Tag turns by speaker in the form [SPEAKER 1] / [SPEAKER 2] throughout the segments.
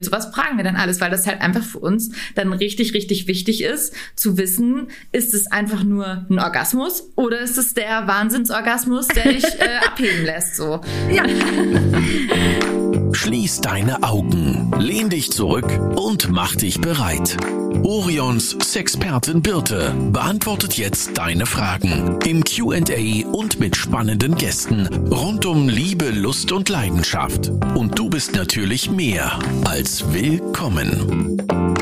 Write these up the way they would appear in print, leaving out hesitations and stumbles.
[SPEAKER 1] Sowas fragen wir dann alles, weil das halt einfach für uns dann richtig, richtig wichtig ist, zu wissen, ist es einfach nur ein Orgasmus oder ist es der Wahnsinnsorgasmus, der dich abheben lässt, so.
[SPEAKER 2] Ja.
[SPEAKER 3] Schließ deine Augen, lehn dich zurück und mach dich bereit. Orions Sexpertin Birte beantwortet jetzt deine Fragen im Q&A und mit spannenden Gästen rund um Liebe, Lust und Leidenschaft. Und du bist natürlich mehr als willkommen.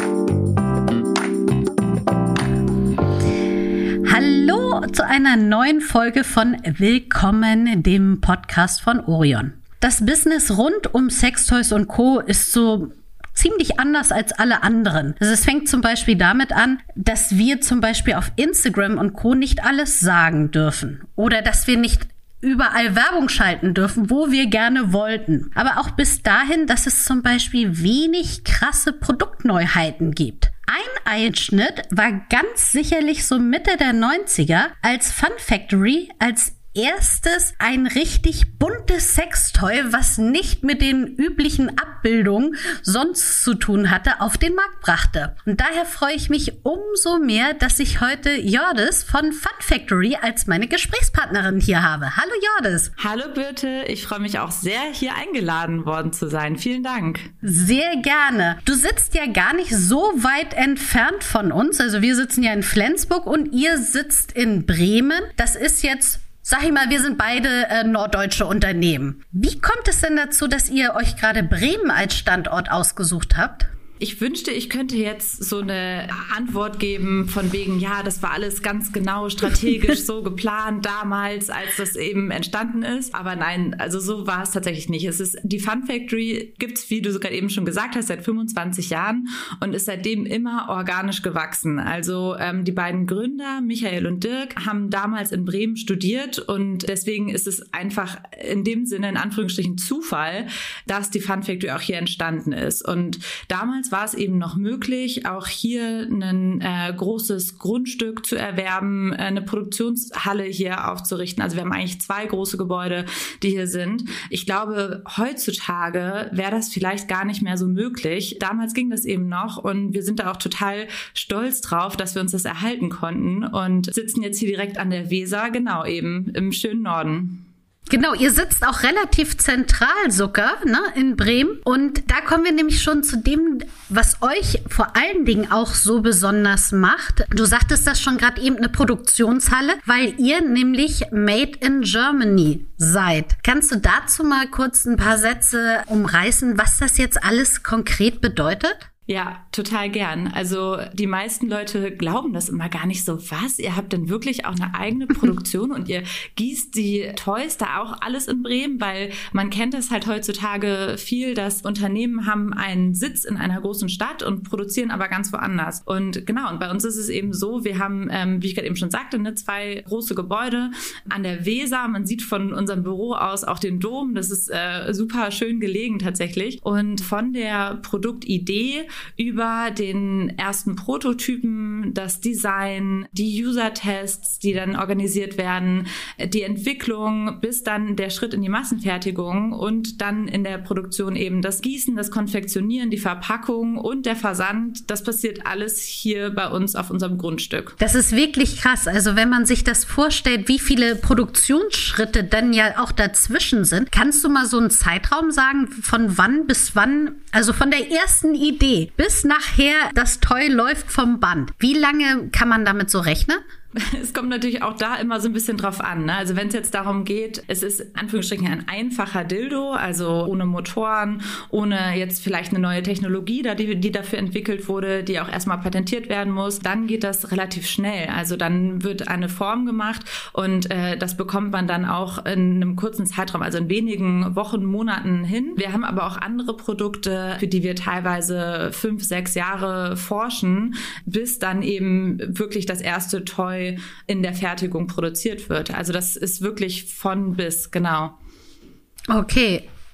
[SPEAKER 2] Hallo zu einer neuen Folge von Willkommen, dem Podcast von Orion. Das Business rund um Sextoys und Co. ist so ziemlich anders als alle anderen. Also es fängt zum Beispiel damit an, dass wir zum Beispiel auf Instagram und Co. nicht alles sagen dürfen. Oder dass wir nicht überall Werbung schalten dürfen, wo wir gerne wollten. Aber auch bis dahin, dass es zum Beispiel wenig krasse Produktneuheiten gibt. Ein Einschnitt war ganz sicherlich so Mitte der 90er, als Fun Factory als erstes ein richtig buntes Sextoy, was nicht mit den üblichen Abbildungen sonst zu tun hatte, auf den Markt brachte. Und daher freue ich mich umso mehr, dass ich heute Jördis von Fun Factory als meine Gesprächspartnerin hier habe. Hallo Jördis.
[SPEAKER 1] Hallo Birte, ich freue mich auch sehr, hier eingeladen worden zu sein. Vielen Dank.
[SPEAKER 2] Sehr gerne. Du sitzt ja gar nicht so weit entfernt von uns. Also wir sitzen ja in Flensburg und ihr sitzt in Bremen. Das ist jetzt, sag ich mal, wir sind beide norddeutsche Unternehmen. Wie kommt es denn dazu, dass ihr euch gerade Bremen als Standort ausgesucht habt?
[SPEAKER 1] Ich wünschte, ich könnte jetzt so eine Antwort geben von wegen, ja, das war alles ganz genau strategisch so geplant damals, als das eben entstanden ist. Aber nein, also so war es tatsächlich nicht. Die Fun Factory gibt's, wie du sogar eben schon gesagt hast, seit 25 Jahren und ist seitdem immer organisch gewachsen. Also die beiden Gründer, Michael und Dirk, haben damals in Bremen studiert und deswegen ist es einfach in dem Sinne, in Anführungsstrichen, Zufall, dass die Fun Factory auch hier entstanden ist. Und damals war es eben noch möglich, auch hier ein großes Grundstück zu erwerben, eine Produktionshalle hier aufzurichten. Also wir haben eigentlich 2 große Gebäude, die hier sind. Ich glaube, heutzutage wäre das vielleicht gar nicht mehr so möglich. Damals ging das eben noch und wir sind da auch total stolz drauf, dass wir uns das erhalten konnten und sitzen jetzt hier direkt an der Weser, genau eben im schönen Norden.
[SPEAKER 2] Genau, ihr sitzt auch relativ zentral sogar, ne, in Bremen. Und da kommen wir nämlich schon zu dem, was euch vor allen Dingen auch so besonders macht. Du sagtest das schon gerade eben, eine Produktionshalle, weil ihr nämlich Made in Germany seid. Kannst du dazu mal kurz ein paar Sätze umreißen, was das jetzt alles konkret bedeutet?
[SPEAKER 1] Ja, total gern. Also die meisten Leute glauben das immer gar nicht so. Was? Ihr habt denn wirklich auch eine eigene Produktion und ihr gießt die Toys da auch alles in Bremen? Weil man kennt das halt heutzutage viel, dass Unternehmen haben einen Sitz in einer großen Stadt und produzieren aber ganz woanders. Und genau, und bei uns ist es eben so, wir haben, wie ich gerade eben schon sagte, 2 große Gebäude an der Weser. Man sieht von unserem Büro aus auch den Dom. Das ist super schön gelegen tatsächlich. Und von der Produktidee über den ersten Prototypen, das Design, die User-Tests, die dann organisiert werden, die Entwicklung, bis dann der Schritt in die Massenfertigung und dann in der Produktion eben das Gießen, das Konfektionieren, die Verpackung und der Versand. Das passiert alles hier bei uns auf unserem Grundstück.
[SPEAKER 2] Das ist wirklich krass. Also wenn man sich das vorstellt, wie viele Produktionsschritte dann ja auch dazwischen sind, kannst du mal so einen Zeitraum sagen, von wann bis wann, also von der ersten Idee bis nachher das Toy läuft vom Band. Wie lange kann man damit so rechnen?
[SPEAKER 1] Es kommt natürlich auch da immer so ein bisschen drauf an, ne? Also wenn es jetzt darum geht, es ist in Anführungsstrichen ein einfacher Dildo, also ohne Motoren, ohne jetzt vielleicht eine neue Technologie, die dafür entwickelt wurde, die auch erstmal patentiert werden muss, dann geht das relativ schnell. Also dann wird eine Form gemacht und das bekommt man dann auch in einem kurzen Zeitraum, also in wenigen Wochen, Monaten hin. Wir haben aber auch andere Produkte, für die wir teilweise 5, 6 Jahre forschen, bis dann eben wirklich das erste Toy in der Fertigung produziert wird. Also das ist wirklich von bis, genau.
[SPEAKER 2] Okay.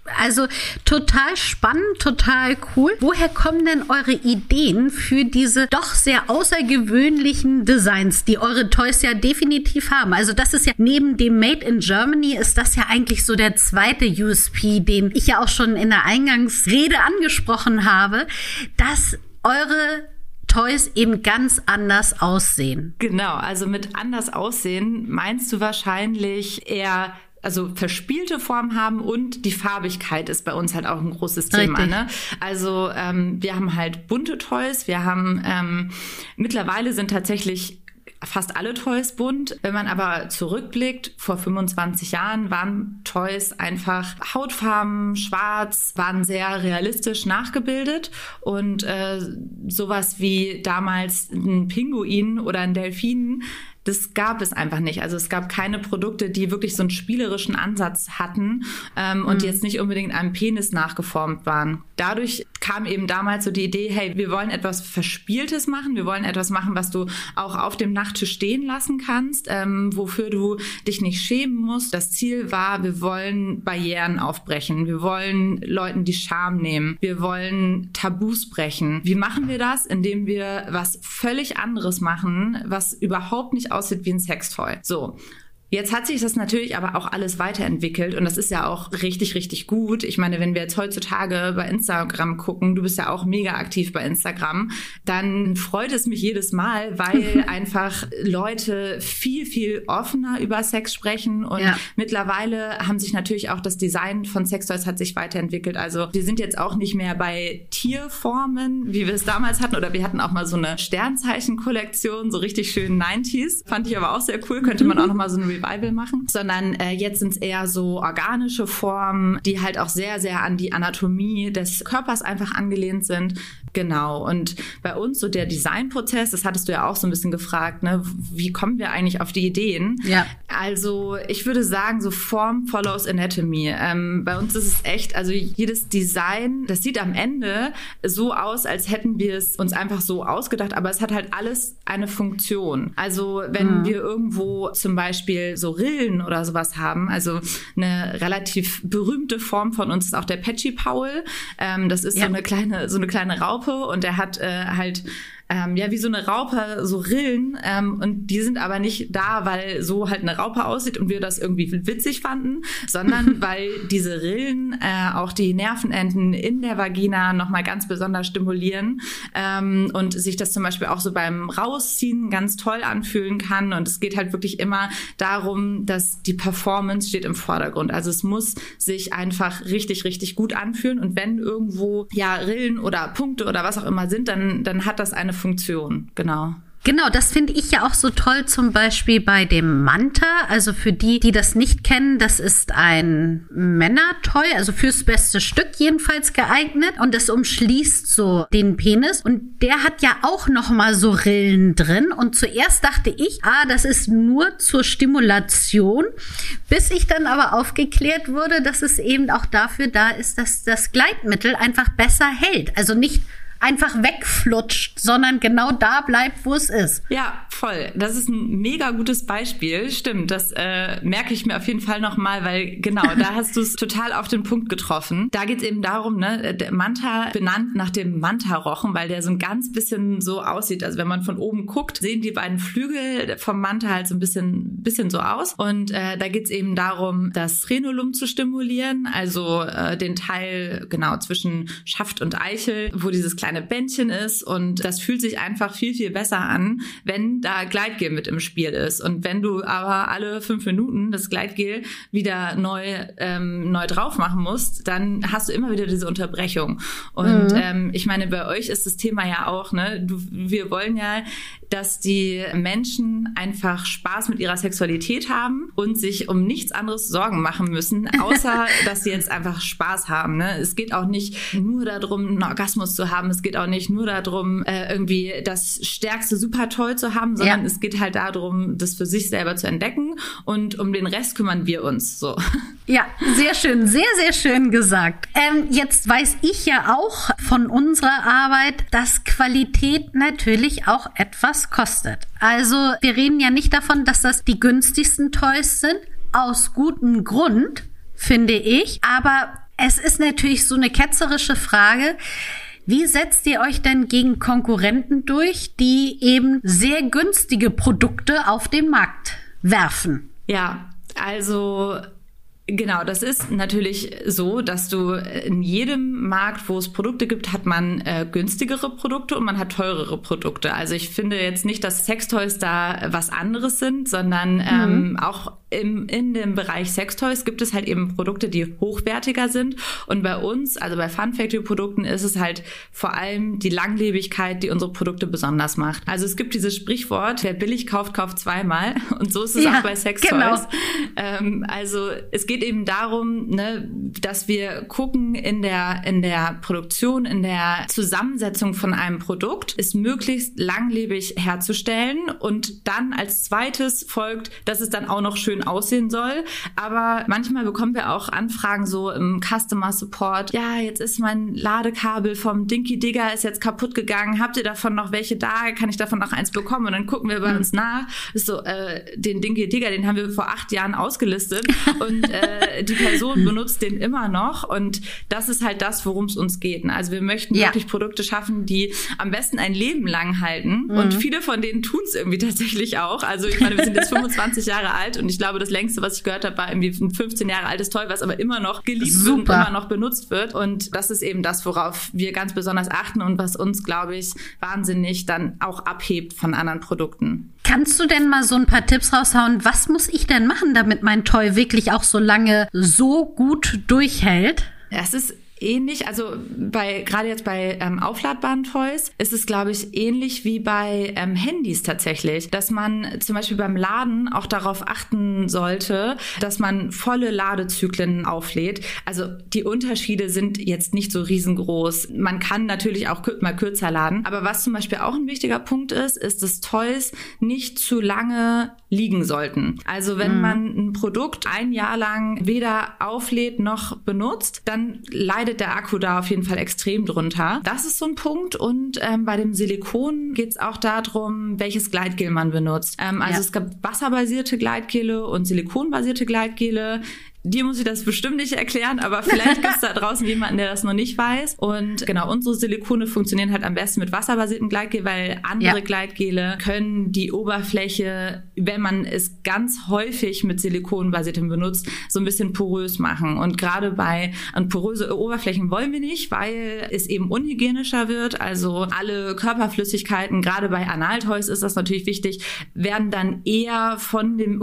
[SPEAKER 2] Also total spannend, total cool. Woher kommen denn eure Ideen für diese doch sehr außergewöhnlichen Designs, die eure Toys ja definitiv haben? Also das ist ja neben dem Made in Germany ist das ja eigentlich so der zweite USP, den ich ja auch schon in der Eingangsrede angesprochen habe, dass eure Toys eben ganz anders aussehen.
[SPEAKER 1] Genau, also mit anders aussehen meinst du wahrscheinlich eher verspielte Form haben und die Farbigkeit ist bei uns halt auch ein großes Thema. Ne? Also wir haben halt bunte Toys, wir haben mittlerweile sind tatsächlich fast alle Toys bunt. Wenn man aber zurückblickt, vor 25 Jahren waren Toys einfach Hautfarben, schwarz, waren sehr realistisch nachgebildet und sowas wie damals ein Pinguin oder ein Delfin, das gab es einfach nicht. Also es gab keine Produkte, die wirklich so einen spielerischen Ansatz hatten und jetzt nicht unbedingt einem Penis nachgeformt waren. Dadurch kam eben damals so die Idee, hey, wir wollen etwas Verspieltes machen, wir wollen etwas machen, was du auch auf dem Nachttisch stehen lassen kannst, wofür du dich nicht schämen musst. Das Ziel war, wir wollen Barrieren aufbrechen, wir wollen Leuten die Scham nehmen, wir wollen Tabus brechen. Wie machen wir das? Indem wir was völlig anderes machen, was überhaupt nicht aussieht wie ein Sextoy. So. Jetzt hat sich das natürlich aber auch alles weiterentwickelt und das ist ja auch richtig, richtig gut. Ich meine, wenn wir jetzt heutzutage bei Instagram gucken, du bist ja auch mega aktiv bei Instagram, dann freut es mich jedes Mal, weil einfach Leute viel, viel offener über Sex sprechen und mittlerweile haben sich natürlich auch das Design von Sextoys hat sich weiterentwickelt. Also wir sind jetzt auch nicht mehr bei Tierformen, wie wir es damals hatten oder wir hatten auch mal so eine Sternzeichen-Kollektion, so richtig schön 90s. Fand ich aber auch sehr cool, könnte man auch noch mal so eine Revival machen, sondern jetzt sind es eher so organische Formen, die halt auch sehr, sehr an die Anatomie des Körpers einfach angelehnt sind. Genau. Und bei uns so der Designprozess, das hattest du ja auch so ein bisschen gefragt, ne? Wie kommen wir eigentlich auf die Ideen? Ja. Also ich würde sagen, so Form follows Anatomy. Bei uns ist es echt, also jedes Design, das sieht am Ende so aus, als hätten wir es uns einfach so ausgedacht, aber es hat halt alles eine Funktion. Also wenn wir irgendwo zum Beispiel so Rillen oder sowas haben, also eine relativ berühmte Form von uns ist auch der Patchy Paul. Das ist so eine kleine Raupe und der hat halt wie so eine Raupe, so Rillen und die sind aber nicht da, weil so halt eine Raupe aussieht und wir das irgendwie witzig fanden, sondern weil diese Rillen auch die Nervenenden in der Vagina nochmal ganz besonders stimulieren und sich das zum Beispiel auch so beim Rausziehen ganz toll anfühlen kann und es geht halt wirklich immer darum, dass die Performance steht im Vordergrund. Also es muss sich einfach richtig, richtig gut anfühlen und wenn irgendwo Rillen oder Punkte oder was auch immer sind, dann hat das eine Funktion, genau.
[SPEAKER 2] Genau, das finde ich ja auch so toll, zum Beispiel bei dem Manta. Also für die, die das nicht kennen, das ist ein Männertoy, also fürs beste Stück jedenfalls geeignet. Und das umschließt so den Penis. Und der hat ja auch nochmal so Rillen drin. Und zuerst dachte ich, das ist nur zur Stimulation. Bis ich dann aber aufgeklärt wurde, dass es eben auch dafür da ist, dass das Gleitmittel einfach besser hält. Also nicht einfach wegflutscht, sondern genau da bleibt, wo es ist.
[SPEAKER 1] Ja, voll. Das ist ein mega gutes Beispiel. Stimmt, das merke ich mir auf jeden Fall nochmal, weil genau, da hast du es total auf den Punkt getroffen. Da geht es eben darum, ne, der Manta benannt nach dem Manta-Rochen, weil der so ein ganz bisschen so aussieht. Also wenn man von oben guckt, sehen die beiden Flügel vom Manta halt so ein bisschen so aus. Und da geht es eben darum, das Frenulum zu stimulieren, also den Teil genau zwischen Schaft und Eichel, wo dieses kleine Bändchen ist und das fühlt sich einfach viel, viel besser an, wenn da Gleitgel mit im Spiel ist. Und wenn du aber alle 5 Minuten das Gleitgel wieder neu drauf machen musst, dann hast du immer wieder diese Unterbrechung. Und ich meine, bei euch ist das Thema ja auch, ne, wir wollen ja, dass die Menschen einfach Spaß mit ihrer Sexualität haben und sich um nichts anderes Sorgen machen müssen, außer dass sie jetzt einfach Spaß haben. Ne? Es geht auch nicht nur darum, einen Orgasmus zu haben. Es geht auch nicht nur darum, irgendwie das stärkste Supertoy zu haben, sondern es geht halt darum, das für sich selber zu entdecken und um den Rest kümmern wir uns. So.
[SPEAKER 2] Ja, sehr schön, sehr, sehr schön gesagt. Jetzt weiß ich ja auch von unserer Arbeit, dass Qualität natürlich auch etwas kostet. Also wir reden ja nicht davon, dass das die günstigsten Toys sind, aus gutem Grund, finde ich. Aber Es ist natürlich so eine ketzerische Frage. Wie setzt ihr euch denn gegen Konkurrenten durch, die eben sehr günstige Produkte auf den Markt werfen?
[SPEAKER 1] Ja, also genau, das ist natürlich so, dass du in jedem Markt, wo es Produkte gibt, hat man günstigere Produkte und man hat teurere Produkte. Also ich finde jetzt nicht, dass Sextoys da was anderes sind, sondern auch in dem Bereich Sextoys gibt es halt eben Produkte, die hochwertiger sind. Und bei uns, also bei Fun Factory Produkten, ist es halt vor allem die Langlebigkeit, die unsere Produkte besonders macht. Also es gibt dieses Sprichwort, wer billig kauft, kauft zweimal. Und so ist es auch bei Sextoys. Genau. Also es geht eben darum, ne, dass wir gucken in der Produktion, in der Zusammensetzung von einem Produkt, es möglichst langlebig herzustellen und dann als zweites folgt, dass es dann auch noch schön aussehen soll. Aber manchmal bekommen wir auch Anfragen so im Customer Support. Ja, jetzt ist mein Ladekabel vom Dinky Digger ist jetzt kaputt gegangen. Habt ihr davon noch welche da? Kann ich davon noch eins bekommen? Und dann gucken wir bei uns nach. Ist so, den Dinky Digger, den haben wir vor 8 Jahren ausgelistet und die Person benutzt den immer noch. Und das ist halt das, worum es uns geht. Also wir möchten wirklich Produkte schaffen, die am besten ein Leben lang halten. Und viele von denen tun es irgendwie tatsächlich auch. Also ich meine, wir sind jetzt 25 Jahre alt und ich glaube, das längste, was ich gehört habe, war irgendwie ein 15 Jahre altes Toy, was aber immer noch geliebt wird und immer noch benutzt wird. Und das ist eben das, worauf wir ganz besonders achten und was uns, glaube ich, wahnsinnig dann auch abhebt von anderen Produkten.
[SPEAKER 2] Kannst du denn mal so ein paar Tipps raushauen? Was muss ich denn machen, damit mein Toy wirklich auch so lange so gut durchhält?
[SPEAKER 1] Es ist ähnlich, also gerade jetzt bei aufladbaren Toys ist es, glaube ich, ähnlich wie bei Handys tatsächlich, dass man zum Beispiel beim Laden auch darauf achten sollte, dass man volle Ladezyklen auflädt. Also die Unterschiede sind jetzt nicht so riesengroß. Man kann natürlich auch mal kürzer laden, aber was zum Beispiel auch ein wichtiger Punkt ist, dass Toys nicht zu lange liegen sollten. Also wenn man ein Produkt 1 Jahr lang weder auflädt noch benutzt, dann leidet der Akku da auf jeden Fall extrem drunter. Das ist so ein Punkt. Und bei dem Silikon geht es auch darum, welches Gleitgel man benutzt. Es gibt wasserbasierte Gleitgele und silikonbasierte Gleitgele. Dir muss ich das bestimmt nicht erklären, aber vielleicht gibt es da draußen jemanden, der das noch nicht weiß. Und genau, unsere Silikone funktionieren halt am besten mit wasserbasiertem Gleitgel, weil andere Gleitgele können die Oberfläche, wenn man es ganz häufig mit silikonbasiertem benutzt, so ein bisschen porös machen. Und gerade bei poröse Oberflächen wollen wir nicht, weil es eben unhygienischer wird. Also alle Körperflüssigkeiten, gerade bei Analtoys ist das natürlich wichtig, werden eher von dem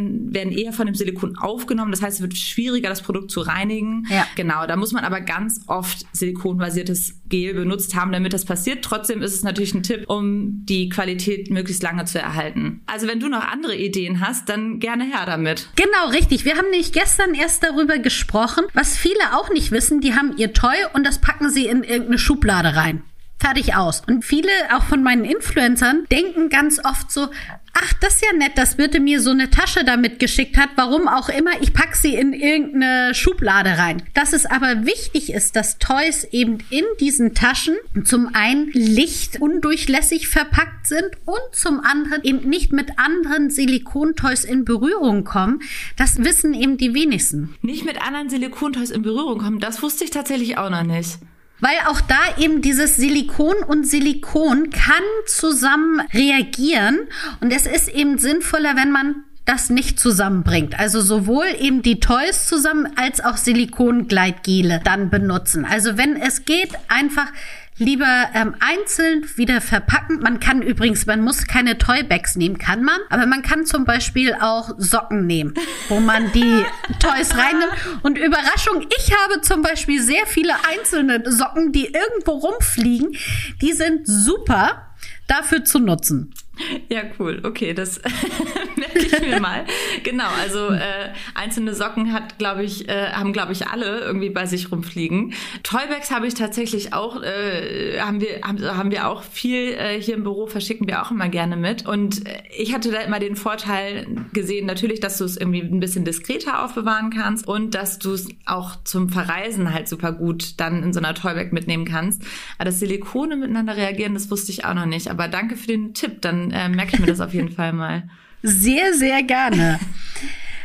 [SPEAKER 1] Silikon aufgenommen. Das heißt, es wird schwieriger, das Produkt zu reinigen. Ja. Genau, da muss man aber ganz oft silikonbasiertes Gel benutzt haben, damit das passiert. Trotzdem ist es natürlich ein Tipp, um die Qualität möglichst lange zu erhalten. Also wenn du noch andere Ideen hast, dann gerne her damit.
[SPEAKER 2] Genau, richtig. Wir haben nämlich gestern erst darüber gesprochen, was viele auch nicht wissen. Die haben ihr Toy und das packen sie in irgendeine Schublade rein. Fertig aus. Und viele, auch von meinen Influencern, denken ganz oft so, ach, das ist ja nett, dass Birte mir so eine Tasche damit geschickt hat, warum auch immer, ich pack sie in irgendeine Schublade rein. Dass es aber wichtig ist, dass Toys eben in diesen Taschen zum einen lichtundurchlässig verpackt sind und zum anderen eben nicht mit anderen Silikontoys in Berührung kommen. Das wissen eben die wenigsten.
[SPEAKER 1] Nicht mit anderen Silikontoys in Berührung kommen, das wusste ich tatsächlich auch noch nicht.
[SPEAKER 2] Weil auch da eben dieses Silikon und Silikon kann zusammen reagieren und es ist eben sinnvoller, wenn man das nicht zusammenbringt. Also sowohl eben die Toys zusammen als auch Silikongleitgele dann benutzen. Also wenn es geht, einfach lieber einzeln wieder verpacken. Man muss keine Toybags nehmen, kann man. Aber man kann zum Beispiel auch Socken nehmen, wo man die Toys reinnimmt. Und Überraschung, ich habe zum Beispiel sehr viele einzelne Socken, die irgendwo rumfliegen. Die sind super dafür zu nutzen.
[SPEAKER 1] Ja, cool. Okay, das merke ich mir mal. Genau, also einzelne Socken haben, glaube ich, alle irgendwie bei sich rumfliegen. Toybags habe ich tatsächlich auch, haben wir auch viel hier im Büro, verschicken wir auch immer gerne mit. Und ich hatte da immer den Vorteil gesehen, natürlich, dass du es irgendwie ein bisschen diskreter aufbewahren kannst und dass du es auch zum Verreisen halt super gut dann in so einer Toybag mitnehmen kannst. Aber das Silikone miteinander reagieren, das wusste ich auch noch nicht. Aber danke für den Tipp, dann merke ich mir das auf jeden Fall mal.
[SPEAKER 2] Sehr, sehr gerne.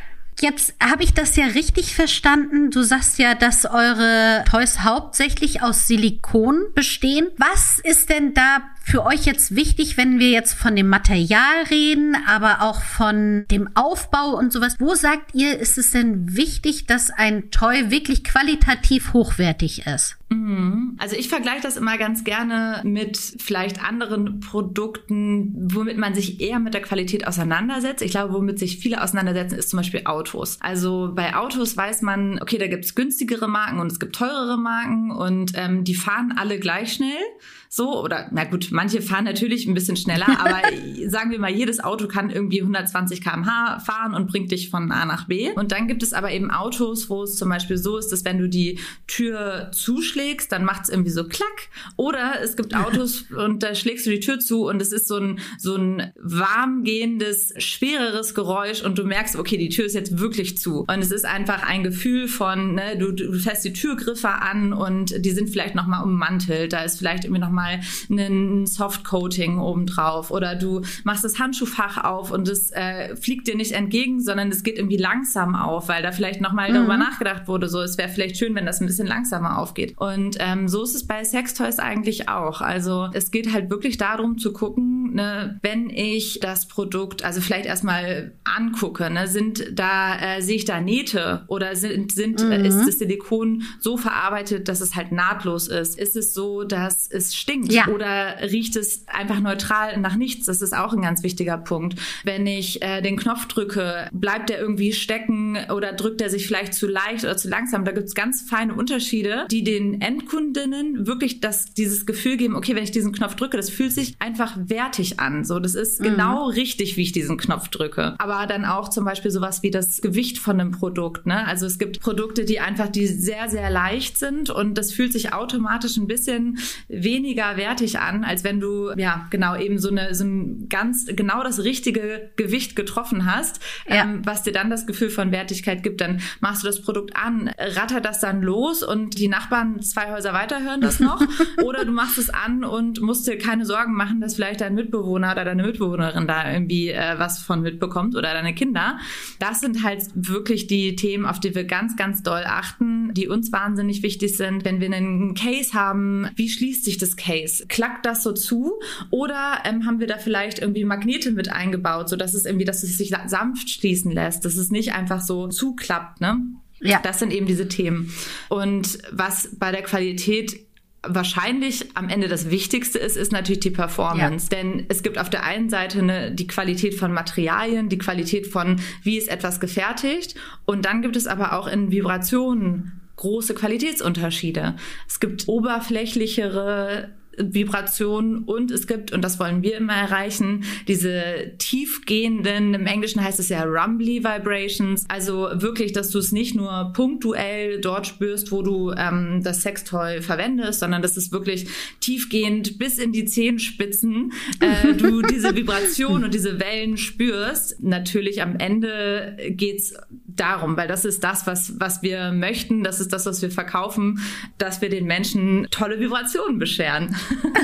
[SPEAKER 2] Jetzt habe ich das ja richtig verstanden. Du sagst ja, dass eure Toys hauptsächlich aus Silikon bestehen. Was ist denn da für euch jetzt wichtig, wenn wir jetzt von dem Material reden, aber auch von dem Aufbau und sowas? Wo sagt ihr, ist es denn wichtig, dass ein Toy wirklich qualitativ hochwertig ist?
[SPEAKER 1] Also ich vergleiche das immer ganz gerne mit vielleicht anderen Produkten, womit man sich eher mit der Qualität auseinandersetzt. Ich glaube, womit sich viele auseinandersetzen, ist zum Beispiel Autos. Also bei Autos weiß man, okay, da gibt es günstigere Marken und es gibt teurere Marken und die fahren alle gleich schnell. So, oder na gut, manche fahren natürlich ein bisschen schneller, aber sagen wir mal, jedes Auto kann irgendwie 120 km/h fahren und bringt dich von A nach B. Und dann gibt es aber eben Autos, wo es zum Beispiel so ist, dass wenn du die Tür zuschlägst, dann macht es irgendwie so klack. Oder es gibt Autos und da schlägst du die Tür zu und es ist so ein warm gehendes, schwereres Geräusch und du merkst, okay, die Tür ist jetzt wirklich zu. Und es ist einfach ein Gefühl von, ne, du fährst die Türgriffe an und die sind vielleicht nochmal ummantelt. Da ist vielleicht irgendwie nochmal ein Softcoating obendrauf oder du machst das Handschuhfach auf und es fliegt dir nicht entgegen, sondern es geht irgendwie langsam auf, weil da vielleicht nochmal darüber nachgedacht wurde, so es wäre vielleicht schön, wenn das ein bisschen langsamer aufgeht. Und so ist es bei Sextoys eigentlich auch. Also es geht halt wirklich darum zu gucken, ne, wenn ich das Produkt, also vielleicht erstmal angucke, ne, sehe ich da Nähte oder ist das Silikon so verarbeitet, dass es halt nahtlos ist? Ist es so, dass es stinkt? Ja. Oder riecht es einfach neutral nach nichts? Das ist auch ein ganz wichtiger Punkt. Wenn ich den Knopf drücke, bleibt der irgendwie stecken oder drückt er sich vielleicht zu leicht oder zu langsam? Da gibt es ganz feine Unterschiede, die den Endkundinnen wirklich dieses Gefühl geben, okay, wenn ich diesen Knopf drücke, das fühlt sich einfach wertig an. So, das ist genau richtig, wie ich diesen Knopf drücke. Aber dann auch zum Beispiel sowas wie das Gewicht von einem Produkt. Ne? Also es gibt Produkte, die sehr, sehr leicht sind und das fühlt sich automatisch ein bisschen weniger wertig an, als wenn du eben so ein ganz genau das richtige Gewicht getroffen hast, was dir dann das Gefühl von Wertigkeit gibt. Dann machst du das Produkt an, rattert das dann los und die Nachbarn 2 Häuser weiter hören das noch oder du machst es an und musst dir keine Sorgen machen, dass vielleicht dein Mitbewohner oder deine Mitbewohnerin da irgendwie was von mitbekommt oder deine Kinder. Das sind halt wirklich die Themen, auf die wir ganz, ganz doll achten, die uns wahnsinnig wichtig sind. Wenn wir einen Case haben, wie schließt sich das Case? Klackt das so zu oder haben wir da vielleicht irgendwie Magnete mit eingebaut, sodass es sich sanft schließen lässt, dass es nicht einfach so zuklappt, ne? Ja. Das sind eben diese Themen. Und was bei der Qualität wahrscheinlich am Ende das Wichtigste ist natürlich die Performance. Ja. Denn es gibt auf der einen Seite die Qualität von Materialien, die Qualität von, wie ist etwas gefertigt. Und dann gibt es aber auch in Vibrationen große Qualitätsunterschiede. Es gibt oberflächlichere Vibrationen und es gibt, und das wollen wir immer erreichen, diese tiefgehenden, im Englischen heißt es ja rumbly Vibrations, also wirklich, dass du es nicht nur punktuell dort spürst, wo du das Sextoy verwendest, sondern dass es wirklich tiefgehend bis in die Zehenspitzen du diese Vibration und diese Wellen spürst. Natürlich am Ende geht's darum, weil das ist das, was wir möchten, das ist das, was wir verkaufen, dass wir den Menschen tolle Vibrationen bescheren.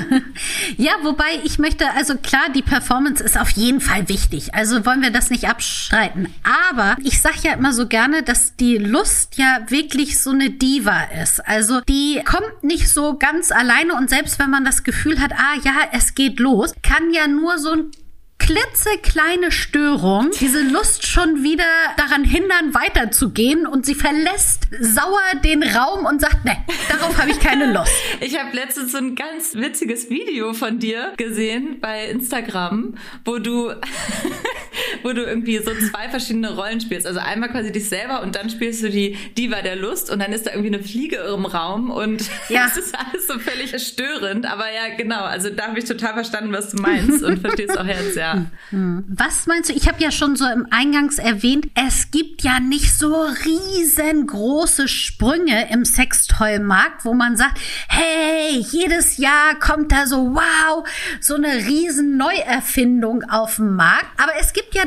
[SPEAKER 2] Ja, wobei ich möchte, also klar, die Performance ist auf jeden Fall wichtig. Also wollen wir das nicht abstreiten. Aber ich sage ja immer so gerne, dass die Lust ja wirklich so eine Diva ist. Also die kommt nicht so ganz alleine und selbst wenn man das Gefühl hat, es geht los, kann ja nur so ein klitzekleine Störung diese Lust schon wieder daran hindern, weiterzugehen und sie verlässt sauer den Raum und sagt, ne, darauf habe ich keine Lust.
[SPEAKER 1] Ich habe letztens so ein ganz witziges Video von dir gesehen bei Instagram, wo du irgendwie so 2 verschiedene Rollen spielst. Also einmal quasi dich selber und dann spielst du die Diva der Lust und dann ist da irgendwie eine Fliege im Raum und das ist alles so völlig störend. Aber ja, genau, also da habe ich total verstanden, was du meinst und verstehst auch jetzt, ja.
[SPEAKER 2] Was meinst du? Ich habe ja schon so im Eingangs erwähnt, es gibt ja nicht so riesengroße Sprünge im Sextoy-Markt, wo man sagt, hey, jedes Jahr kommt da so, wow, so eine riesen Neuerfindung auf den Markt. Aber es gibt ja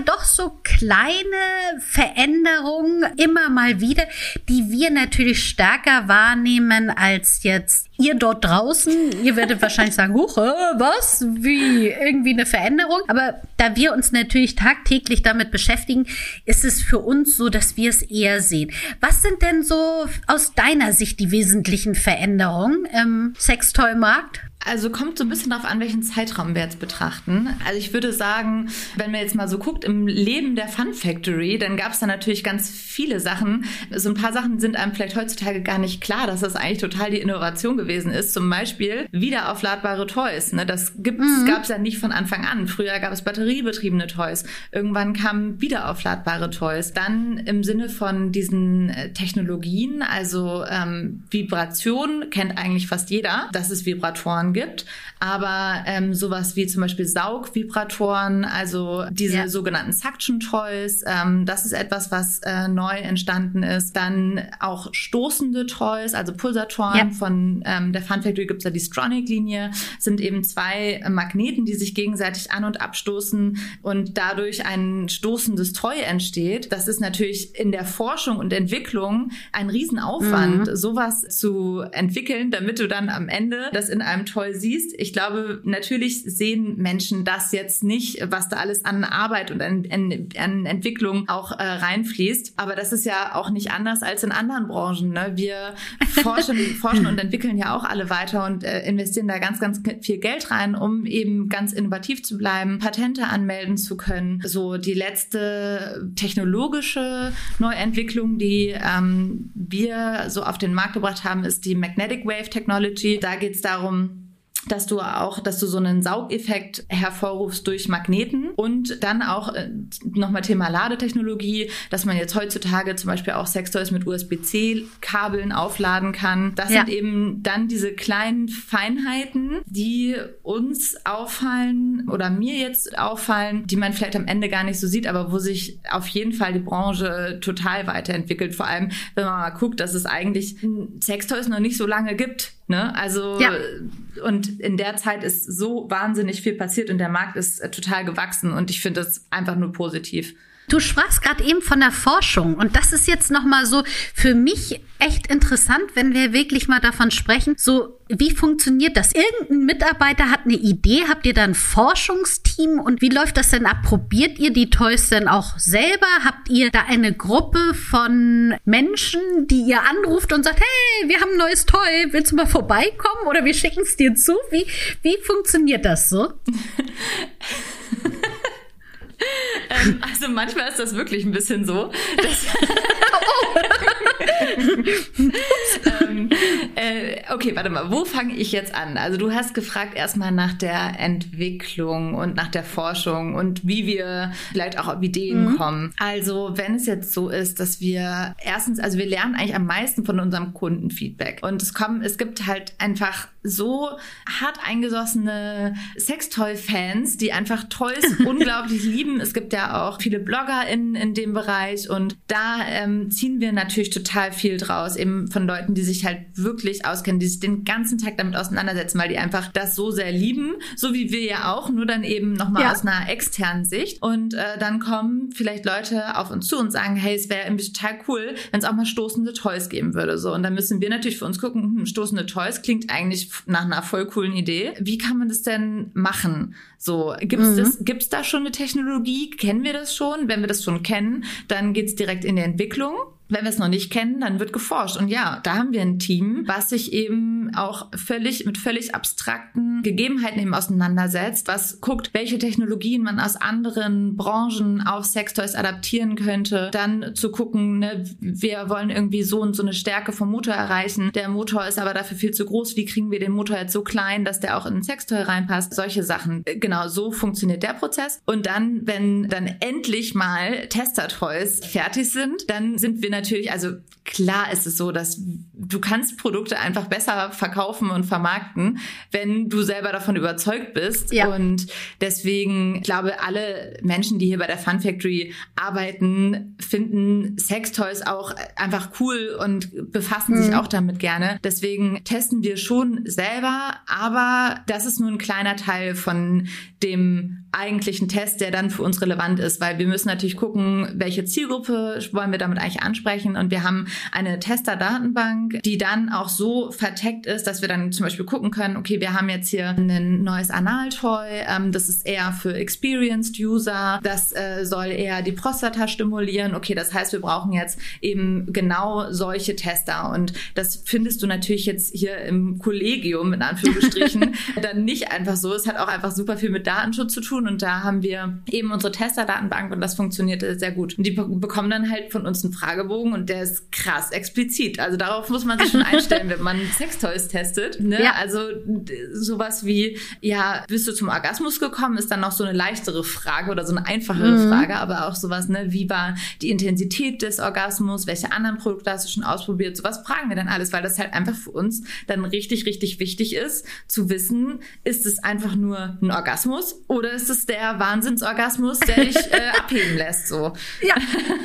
[SPEAKER 2] doch so kleine Veränderungen immer mal wieder, die wir natürlich stärker wahrnehmen als jetzt ihr dort draußen. Ihr werdet wahrscheinlich sagen, huch, was? Wie? Irgendwie eine Veränderung? Aber da wir uns natürlich tagtäglich damit beschäftigen, ist es für uns so, dass wir es eher sehen. Was sind denn so aus deiner Sicht die wesentlichen Veränderungen im Sextoy-Markt?
[SPEAKER 1] Also kommt so ein bisschen darauf an, welchen Zeitraum wir jetzt betrachten. Also ich würde sagen, wenn man jetzt mal so guckt, im Leben der Fun Factory, dann gab es da natürlich ganz viele Sachen. So ein paar Sachen sind einem vielleicht heutzutage gar nicht klar, dass das eigentlich total die Innovation gewesen ist. Zum Beispiel wiederaufladbare Toys. Ne? Das gab es ja nicht von Anfang an. Früher gab es batteriebetriebene Toys. Irgendwann kamen wiederaufladbare Toys. Dann im Sinne von diesen Technologien, also Vibration kennt eigentlich fast jeder, dass es Vibratoren gibt, aber sowas wie zum Beispiel Saugvibratoren, also diese sogenannten Suction Toys, das ist etwas, was neu entstanden ist. Dann auch stoßende Toys, also Pulsatoren von der Fun Factory gibt es ja die Stronic-Linie, sind eben 2 Magneten, die sich gegenseitig an- und abstoßen und dadurch ein stoßendes Toy entsteht. Das ist natürlich in der Forschung und Entwicklung ein Riesenaufwand, sowas zu entwickeln, damit du dann am Ende das in einem Toy siehst. Ich glaube, natürlich sehen Menschen das jetzt nicht, was da alles an Arbeit und an Entwicklung auch reinfließt. Aber das ist ja auch nicht anders als in anderen Branchen. Ne? Wir forschen und entwickeln ja auch alle weiter und investieren da ganz, ganz viel Geld rein, um eben ganz innovativ zu bleiben, Patente anmelden zu können. So die letzte technologische Neuentwicklung, die wir so auf den Markt gebracht haben, ist die Magnetic Wave Technology. Da geht es darum, dass du so einen Saugeffekt hervorrufst durch Magneten und dann auch nochmal Thema Ladetechnologie, dass man jetzt heutzutage zum Beispiel auch Sextoys mit USB-C-Kabeln aufladen kann. Das sind eben dann diese kleinen Feinheiten, die uns auffallen oder mir jetzt auffallen, die man vielleicht am Ende gar nicht so sieht, aber wo sich auf jeden Fall die Branche total weiterentwickelt. Vor allem, wenn man mal guckt, dass es eigentlich Sextoys noch nicht so lange gibt. Ne? Also und in der Zeit ist so wahnsinnig viel passiert und der Markt ist total gewachsen und ich finde das einfach nur positiv.
[SPEAKER 2] Du sprachst gerade eben von der Forschung und das ist jetzt nochmal so für mich echt interessant, wenn wir wirklich mal davon sprechen, so wie funktioniert das? Irgendein Mitarbeiter hat eine Idee, habt ihr da ein Forschungsteam und wie läuft das denn ab? Probiert ihr die Toys denn auch selber? Habt ihr da eine Gruppe von Menschen, die ihr anruft und sagt, hey, wir haben ein neues Toy, willst du mal vorbeikommen oder wir schicken es dir zu? Wie funktioniert das so?
[SPEAKER 1] Also manchmal ist das wirklich ein bisschen so. Okay, warte mal, wo fange ich jetzt an? Also du hast gefragt erstmal nach der Entwicklung und nach der Forschung und wie wir vielleicht auch auf Ideen kommen. Also wenn es jetzt so ist, dass wir erstens, also wir lernen eigentlich am meisten von unserem Kundenfeedback und es gibt halt einfach so hart eingesossene Sextoy-Fans, die einfach Toys unglaublich lieben. Es gibt ja auch viele Blogger in dem Bereich und da ziehen wir natürlich total viel draus, eben von Leuten, die sich halt wirklich auskennen, die sich den ganzen Tag damit auseinandersetzen, weil die einfach das so sehr lieben, so wie wir ja auch, nur dann eben nochmal aus einer externen Sicht. Und dann kommen vielleicht Leute auf uns zu und sagen, hey, es wäre irgendwie total cool, wenn es auch mal stoßende Toys geben würde. So. Und dann müssen wir natürlich für uns gucken, stoßende Toys klingt eigentlich nach einer voll coolen Idee. Wie kann man das denn machen? So, gibt's da schon eine Technologie? Kennen wir das schon? Wenn wir das schon kennen, dann geht's direkt in die Entwicklung. Wenn wir es noch nicht kennen, dann wird geforscht. Und ja, da haben wir ein Team, was sich eben auch mit völlig abstrakten Gegebenheiten eben auseinandersetzt, was guckt, welche Technologien man aus anderen Branchen auf Sextoys adaptieren könnte. Dann zu gucken, ne, wir wollen irgendwie so und so eine Stärke vom Motor erreichen. Der Motor ist aber dafür viel zu groß. Wie kriegen wir den Motor jetzt so klein, dass der auch in ein Sextoy reinpasst? Solche Sachen. Genau, so funktioniert der Prozess. Und dann, wenn dann endlich mal Tester-Toys fertig sind, dann sind wir natürlich, also klar ist es so, dass du kannst Produkte einfach besser verkaufen und vermarkten, wenn du selber davon überzeugt bist. Ja. Und deswegen, ich glaube, alle Menschen, die hier bei der Fun Factory arbeiten, finden Sextoys auch einfach cool und befassen sich auch damit gerne. Deswegen testen wir schon selber, aber das ist nur ein kleiner Teil von dem eigentlichen Test, der dann für uns relevant ist, weil wir müssen natürlich gucken, welche Zielgruppe wollen wir damit eigentlich ansprechen, und wir haben eine Tester-Datenbank, die dann auch so verteckt ist, dass wir dann zum Beispiel gucken können, okay, wir haben jetzt hier ein neues Analtoy, das ist eher für Experienced User, das soll eher die Prostata stimulieren, okay, das heißt, wir brauchen jetzt eben genau solche Tester, und das findest du natürlich jetzt hier im Kollegium, in Anführungsstrichen, dann nicht einfach so. Es hat auch einfach super viel mit Datenschutz zu tun, und da haben wir eben unsere Tester-Datenbank, und das funktioniert sehr gut. Und die bekommen dann halt von uns einen Fragebogen, und der ist krass explizit. Also darauf muss man sich schon einstellen, wenn man Sextoys testet. Ne? Ja. Also sowas wie, ja, bist du zum Orgasmus gekommen, ist dann noch so eine leichtere Frage oder so eine einfachere Frage, aber auch sowas, ne, wie war die Intensität des Orgasmus, welche anderen Produkte hast du schon ausprobiert, sowas fragen wir dann alles, weil das halt einfach für uns dann richtig, richtig wichtig ist, zu wissen, ist es einfach nur ein Orgasmus oder ist es der Wahnsinnsorgasmus, der dich abheben lässt, so. Ja.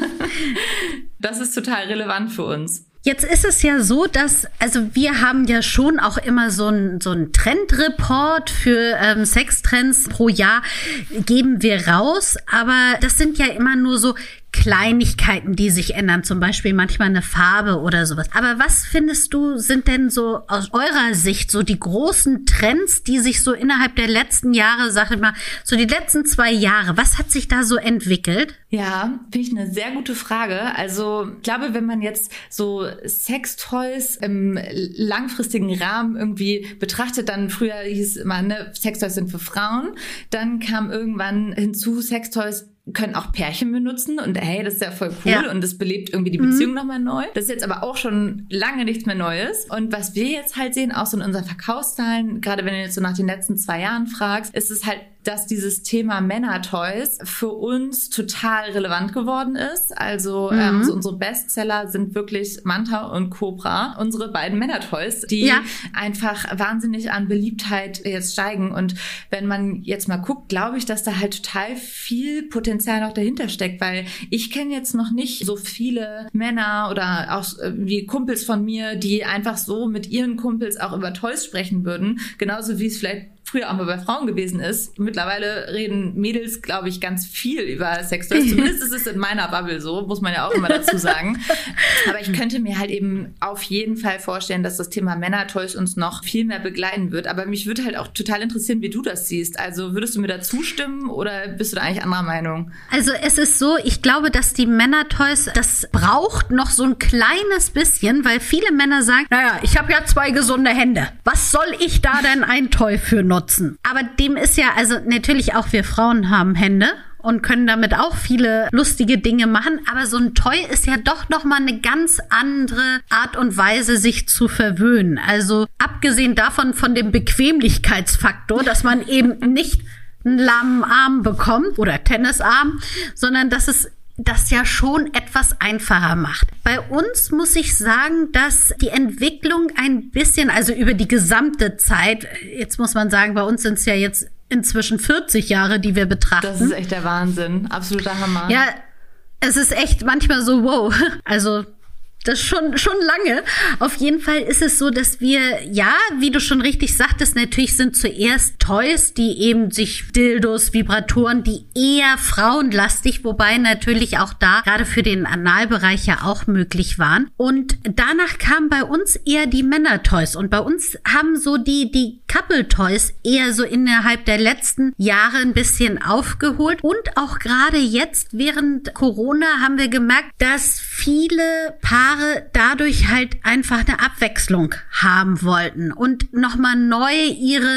[SPEAKER 1] Das ist total relevant für uns.
[SPEAKER 2] Jetzt ist es ja so, dass, also wir haben ja schon auch immer so ein Trendreport für Sextrends pro Jahr geben wir raus, aber das sind ja immer nur so Kleinigkeiten, die sich ändern, zum Beispiel manchmal eine Farbe oder sowas. Aber was findest du, sind denn so aus eurer Sicht so die großen Trends, die sich so innerhalb der letzten Jahre, sag ich mal, so die letzten 2 Jahre, was hat sich da so entwickelt?
[SPEAKER 1] Ja, finde ich eine sehr gute Frage. Also ich glaube, wenn man jetzt so Sextoys im langfristigen Rahmen irgendwie betrachtet, dann früher hieß es immer, ne, Sextoys sind für Frauen. Dann kam irgendwann hinzu, Sextoys können auch Pärchen benutzen, und hey, das ist ja voll cool, und das belebt irgendwie die Beziehung nochmal neu. Das ist jetzt aber auch schon lange nichts mehr Neues. Und was wir jetzt halt sehen, auch so in unseren Verkaufszahlen, gerade wenn du jetzt so nach den letzten 2 Jahren fragst, ist es halt, dass dieses Thema Männertoys für uns total relevant geworden ist. Also so unsere Bestseller sind wirklich Manta und Cobra, unsere beiden Männertoys, die einfach wahnsinnig an Beliebtheit jetzt steigen. Und wenn man jetzt mal guckt, glaube ich, dass da halt total viel Potenzial noch dahinter steckt, weil ich kenne jetzt noch nicht so viele Männer oder auch wie Kumpels von mir, die einfach so mit ihren Kumpels auch über Toys sprechen würden, genauso wie es vielleicht früher auch mal bei Frauen gewesen ist. Mittlerweile reden Mädels, glaube ich, ganz viel über Sextoys. Zumindest ist es in meiner Bubble so, muss man ja auch immer dazu sagen. Aber ich könnte mir halt eben auf jeden Fall vorstellen, dass das Thema Männertoys uns noch viel mehr begleiten wird. Aber mich würde halt auch total interessieren, wie du das siehst. Also würdest du mir da zustimmen oder bist du da eigentlich anderer Meinung?
[SPEAKER 2] Also es ist so, ich glaube, dass die Männertoys, das braucht noch so ein kleines bisschen, weil viele Männer sagen, naja, ich habe ja 2 gesunde Hände. Was soll ich da denn ein Toy für nutzen? Aber dem ist ja, also natürlich auch wir Frauen haben Hände und können damit auch viele lustige Dinge machen, aber so ein Toy ist ja doch nochmal eine ganz andere Art und Weise, sich zu verwöhnen. Also abgesehen davon von dem Bequemlichkeitsfaktor, dass man eben nicht einen lahmen Arm bekommt oder Tennisarm, sondern dass es das ja schon etwas einfacher macht. Bei uns muss ich sagen, dass die Entwicklung ein bisschen, also über die gesamte Zeit, jetzt muss man sagen, bei uns sind es ja jetzt inzwischen 40 Jahre, die wir betrachten.
[SPEAKER 1] Das ist echt der Wahnsinn. Absoluter Hammer.
[SPEAKER 2] Ja, es ist echt manchmal so, wow. Also das ist schon lange. Auf jeden Fall ist es so, dass wir, ja, wie du schon richtig sagtest, natürlich sind zuerst Toys, die eben sich Dildos, Vibratoren, die eher frauenlastig, wobei natürlich auch da gerade für den Analbereich ja auch möglich waren. Und danach kamen bei uns eher die Männertoys. Und bei uns haben so die Couple-Toys eher so innerhalb der letzten Jahre ein bisschen aufgeholt. Und auch gerade jetzt während Corona haben wir gemerkt, dass viele Paare dadurch halt einfach eine Abwechslung haben wollten und nochmal neu ihren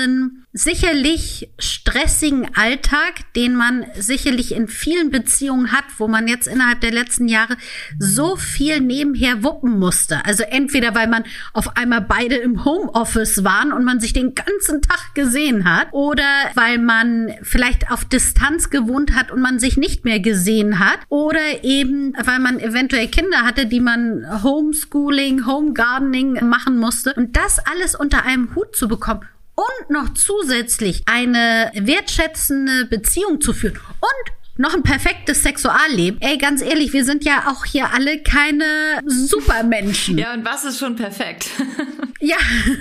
[SPEAKER 2] sicherlich stressigen Alltag, den man sicherlich in vielen Beziehungen hat, wo man jetzt innerhalb der letzten Jahre so viel nebenher wuppen musste. Also entweder, weil man auf einmal beide im Homeoffice waren und man sich den ganzen Tag gesehen hat, oder weil man vielleicht auf Distanz gewohnt hat und man sich nicht mehr gesehen hat, oder eben, weil man eventuell Kinder hatte, die man Homeschooling, Homegardening machen musste. Und das alles unter einem Hut zu bekommen und noch zusätzlich eine wertschätzende Beziehung zu führen und noch ein perfektes Sexualleben. Ey, ganz ehrlich, wir sind ja auch hier alle keine Supermenschen.
[SPEAKER 1] Ja, und was ist schon perfekt?
[SPEAKER 2] Ja,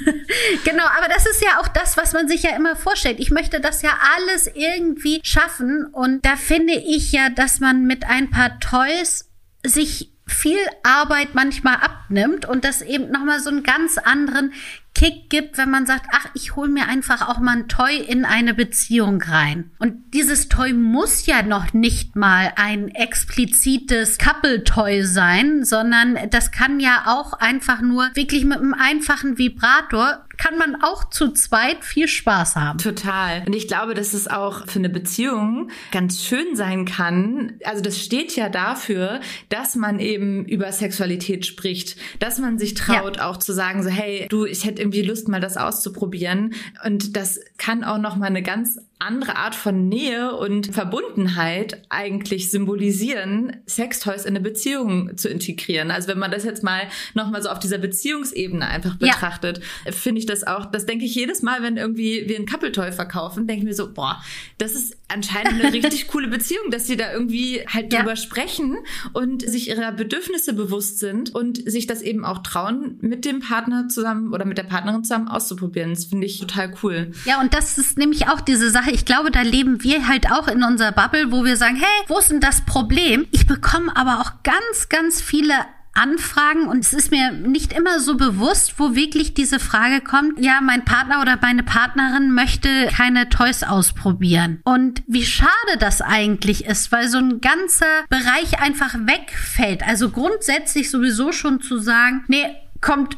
[SPEAKER 2] genau, aber das ist ja auch das, was man sich ja immer vorstellt. Ich möchte das ja alles irgendwie schaffen und da finde ich ja, dass man mit ein paar Toys sich viel Arbeit manchmal abnimmt und das eben nochmal so einen ganz anderen Kick gibt, wenn man sagt, ach, ich hole mir einfach auch mal ein Toy in eine Beziehung rein. Und dieses Toy muss ja noch nicht mal ein explizites Couple-Toy sein, sondern das kann ja auch einfach nur wirklich mit einem einfachen Vibrator kann man auch zu zweit viel Spaß haben.
[SPEAKER 1] Total. Und ich glaube, dass es auch für eine Beziehung ganz schön sein kann. Also das steht ja dafür, dass man eben über Sexualität spricht, dass man sich traut, auch zu sagen, so, hey, du, ich hätte irgendwie Lust, mal das auszuprobieren. Und das kann auch noch mal eine ganz andere Art von Nähe und Verbundenheit eigentlich symbolisieren, Sextoys in eine Beziehung zu integrieren. Also wenn man das jetzt mal nochmal so auf dieser Beziehungsebene einfach betrachtet, finde ich das auch, das denke ich jedes Mal, wenn irgendwie wir ein Couple-Toy verkaufen, denke ich mir so, boah, das ist anscheinend eine richtig coole Beziehung, dass sie da irgendwie halt drüber sprechen und sich ihrer Bedürfnisse bewusst sind und sich das eben auch trauen, mit dem Partner zusammen oder mit der Partnerin zusammen auszuprobieren. Das finde ich total cool.
[SPEAKER 2] Ja, und das ist nämlich auch diese Sache, ich glaube, da leben wir halt auch in unserer Bubble, wo wir sagen, hey, wo ist denn das Problem? Ich bekomme aber auch ganz, ganz viele Anfragen und es ist mir nicht immer so bewusst, wo wirklich diese Frage kommt, ja, mein Partner oder meine Partnerin möchte keine Toys ausprobieren. Und wie schade das eigentlich ist, weil so ein ganzer Bereich einfach wegfällt. Also grundsätzlich sowieso schon zu sagen, nee, kommt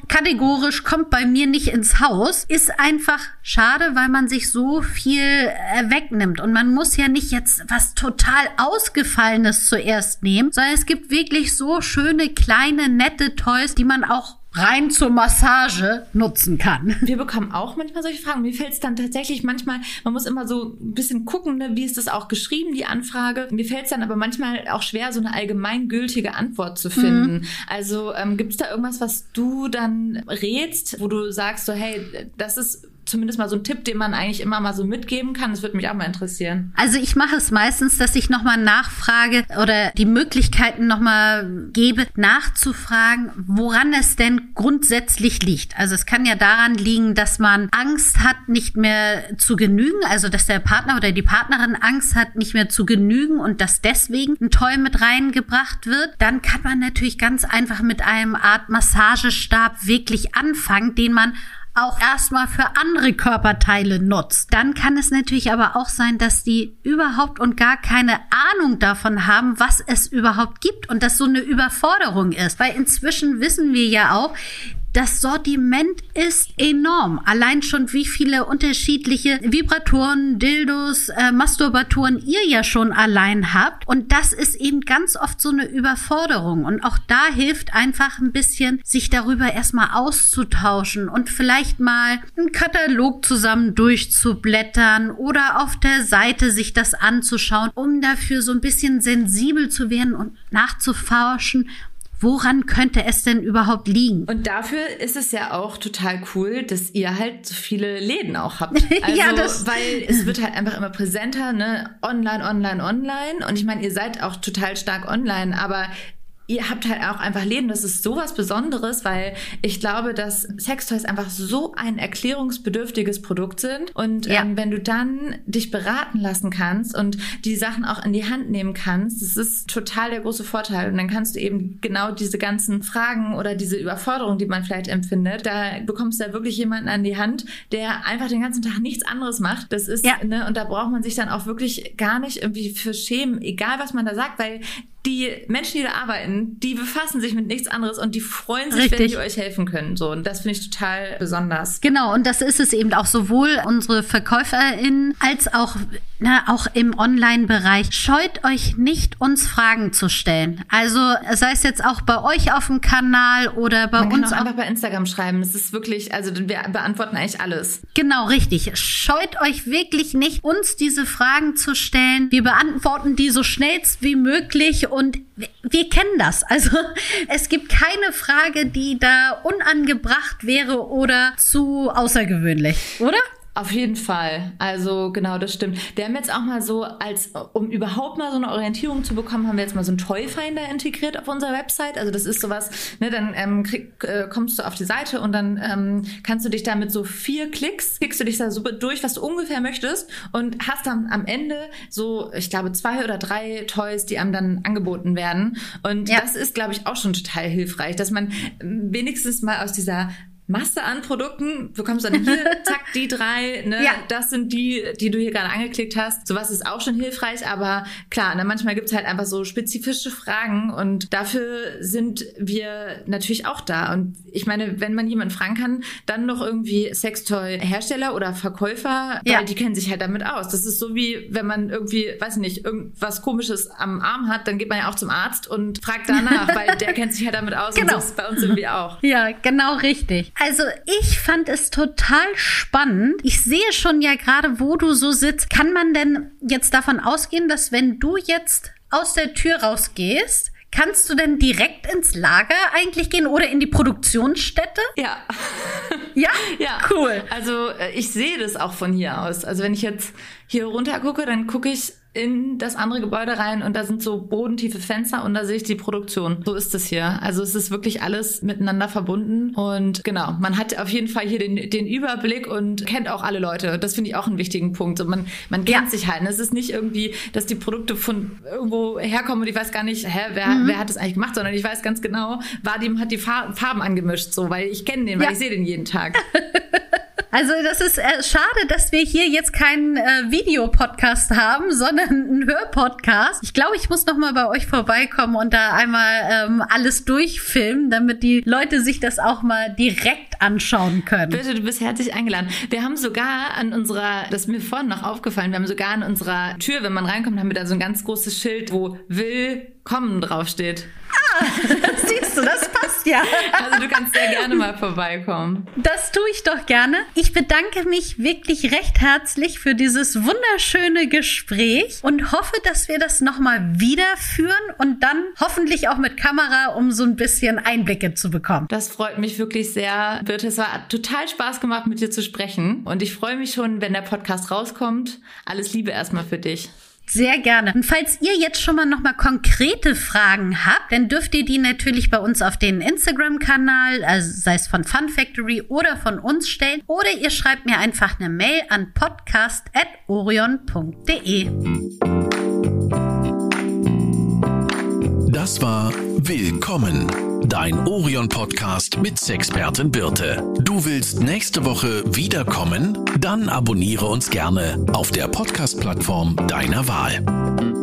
[SPEAKER 2] bei mir nicht ins Haus, ist einfach schade, weil man sich so viel wegnimmt. Und man muss ja nicht jetzt was total Ausgefallenes zuerst nehmen, sondern es gibt wirklich so schöne, kleine, nette Toys, die man auch rein zur Massage nutzen kann.
[SPEAKER 1] Wir bekommen auch manchmal solche Fragen. Mir fällt es dann tatsächlich manchmal, man muss immer so ein bisschen gucken, ne, wie ist das auch geschrieben, die Anfrage. Mir fällt es dann aber manchmal auch schwer, so eine allgemeingültige Antwort zu finden. Also gibt es da irgendwas, was du dann rätst, wo du sagst so, hey, das ist zumindest mal so ein Tipp, den man eigentlich immer mal so mitgeben kann. Das würde mich auch mal interessieren.
[SPEAKER 2] Also ich mache es meistens, dass ich nochmal nachfrage oder die Möglichkeiten nochmal gebe, nachzufragen, woran es denn grundsätzlich liegt. Also es kann ja daran liegen, dass man Angst hat, nicht mehr zu genügen, also dass der Partner oder die Partnerin Angst hat, nicht mehr zu genügen und dass deswegen ein Toy mit reingebracht wird. Dann kann man natürlich ganz einfach mit einem Art Massagestab wirklich anfangen, den man auch erstmal für andere Körperteile nutzt. Dann kann es natürlich aber auch sein, dass die überhaupt und gar keine Ahnung davon haben, was es überhaupt gibt und das so eine Überforderung ist. Weil inzwischen wissen wir ja auch, das Sortiment ist enorm. Allein schon, wie viele unterschiedliche Vibratoren, Dildos, Masturbatoren ihr ja schon allein habt. Und das ist eben ganz oft so eine Überforderung. Und auch da hilft einfach ein bisschen, sich darüber erstmal auszutauschen und vielleicht mal einen Katalog zusammen durchzublättern oder auf der Seite sich das anzuschauen, um dafür so ein bisschen sensibel zu werden und nachzuforschen, woran könnte es denn überhaupt liegen?
[SPEAKER 1] Und dafür ist es ja auch total cool, dass ihr halt so viele Läden auch habt. Also,
[SPEAKER 2] ja,
[SPEAKER 1] weil es wird halt einfach immer präsenter, ne? Online. Und ich meine, ihr seid auch total stark online, aber ihr habt halt auch einfach Läden. Das ist sowas Besonderes, weil ich glaube, dass Sextoys einfach so ein erklärungsbedürftiges Produkt sind. Und wenn du dann dich beraten lassen kannst und die Sachen auch in die Hand nehmen kannst, das ist total der große Vorteil. Und dann kannst du eben genau diese ganzen Fragen oder diese Überforderung, die man vielleicht empfindet, da bekommst du da wirklich jemanden an die Hand, der einfach den ganzen Tag nichts anderes macht. Das ist, ne, und da braucht man sich dann auch wirklich gar nicht irgendwie für schämen, egal was man da sagt, weil die Menschen, die da arbeiten, die befassen sich mit nichts anderes und die freuen sich, wenn die euch helfen können. So, und das finde ich total besonders.
[SPEAKER 2] Genau, und das ist es eben auch sowohl unsere VerkäuferInnen als auch, auch im Online-Bereich. Scheut euch nicht, uns Fragen zu stellen. Also sei es jetzt auch bei euch auf dem Kanal oder bei uns.
[SPEAKER 1] Man kann auch einfach bei Instagram schreiben. Es ist wirklich, also wir beantworten eigentlich alles.
[SPEAKER 2] Genau, richtig. Scheut euch wirklich nicht, uns diese Fragen zu stellen. Wir beantworten die so schnellst wie möglich und wir kennen das. Also es gibt keine Frage, die da unangebracht wäre oder zu außergewöhnlich, oder?
[SPEAKER 1] Auf jeden Fall. Also genau, das stimmt. Wir haben jetzt auch mal so, um überhaupt mal so eine Orientierung zu bekommen, haben wir jetzt mal so einen Toyfinder integriert auf unserer Website. Also das ist sowas, dann kommst du auf die Seite und dann kannst du dich da mit so 4 Klicks, klickst du dich da so durch, was du ungefähr möchtest und hast dann am Ende so, ich glaube, 2 oder 3 Toys, die einem dann angeboten werden. Und das ist, glaube ich, auch schon total hilfreich, dass man wenigstens mal aus dieser Masse an Produkten, bekommst dann hier, zack, die 3, das sind die du hier gerade angeklickt hast. Sowas ist auch schon hilfreich, aber klar, manchmal gibt's halt einfach so spezifische Fragen und dafür sind wir natürlich auch da. Und ich meine, wenn man jemanden fragen kann, dann noch irgendwie Sextoy-Hersteller oder Verkäufer, weil die kennen sich halt damit aus. Das ist so wie, wenn man irgendwie, weiß nicht, irgendwas Komisches am Arm hat, dann geht man ja auch zum Arzt und fragt danach, weil der kennt sich halt damit aus.
[SPEAKER 2] Genau.
[SPEAKER 1] Und so ist es bei uns irgendwie auch.
[SPEAKER 2] Ja, genau richtig. Also ich fand es total spannend. Ich sehe schon ja gerade, wo du so sitzt. Kann man denn jetzt davon ausgehen, dass wenn du jetzt aus der Tür rausgehst, kannst du denn direkt ins Lager eigentlich gehen oder in die Produktionsstätte?
[SPEAKER 1] Ja.
[SPEAKER 2] Ja?
[SPEAKER 1] Ja.
[SPEAKER 2] Cool.
[SPEAKER 1] Also ich sehe das auch von hier aus. Also wenn ich jetzt hier runter gucke, dann gucke ich in das andere Gebäude rein und da sind so bodentiefe Fenster und da sehe ich die Produktion. So ist es hier. Also es ist wirklich alles miteinander verbunden und genau, man hat auf jeden Fall hier den Überblick und kennt auch alle Leute. Das finde ich auch einen wichtigen Punkt. So, man kennt sich halt. Es ist nicht irgendwie, dass die Produkte von irgendwo herkommen und ich weiß gar nicht, wer hat das eigentlich gemacht, sondern ich weiß ganz genau, Vadim hat die Farben angemischt, so, weil ich kenne den, weil ich sehe den jeden Tag.
[SPEAKER 2] Also das ist schade, dass wir hier jetzt keinen Videopodcast haben, sondern einen Hörpodcast. Ich glaube, ich muss noch mal bei euch vorbeikommen und da einmal alles durchfilmen, damit die Leute sich das auch mal direkt anschauen können.
[SPEAKER 1] Bitte, du bist herzlich eingeladen. Wir haben sogar das ist mir vorhin noch aufgefallen, wir haben sogar an unserer Tür, wenn man reinkommt, haben wir da so ein ganz großes Schild, wo Willkommen draufsteht.
[SPEAKER 2] Ah, siehst du, das passt ja.
[SPEAKER 1] Also du kannst sehr gerne mal vorbeikommen.
[SPEAKER 2] Das tue ich doch gerne. Ich bedanke mich wirklich recht herzlich für dieses wunderschöne Gespräch und hoffe, dass wir das nochmal wieder führen und dann hoffentlich auch mit Kamera, um so ein bisschen Einblicke zu bekommen.
[SPEAKER 1] Das freut mich wirklich sehr, Birte. Es war total Spaß gemacht, mit dir zu sprechen und ich freue mich schon, wenn der Podcast rauskommt. Alles Liebe erstmal für dich.
[SPEAKER 2] Sehr gerne. Und falls ihr jetzt schon mal noch mal konkrete Fragen habt, dann dürft ihr die natürlich bei uns auf den Instagram-Kanal, also sei es von Fun Factory oder von uns stellen. Oder ihr schreibt mir einfach eine Mail an podcast@orion.de.
[SPEAKER 3] Das war Willkommen, dein Orion-Podcast mit Sexpertin Birte. Du willst nächste Woche wiederkommen? Dann abonniere uns gerne auf der Podcast-Plattform deiner Wahl.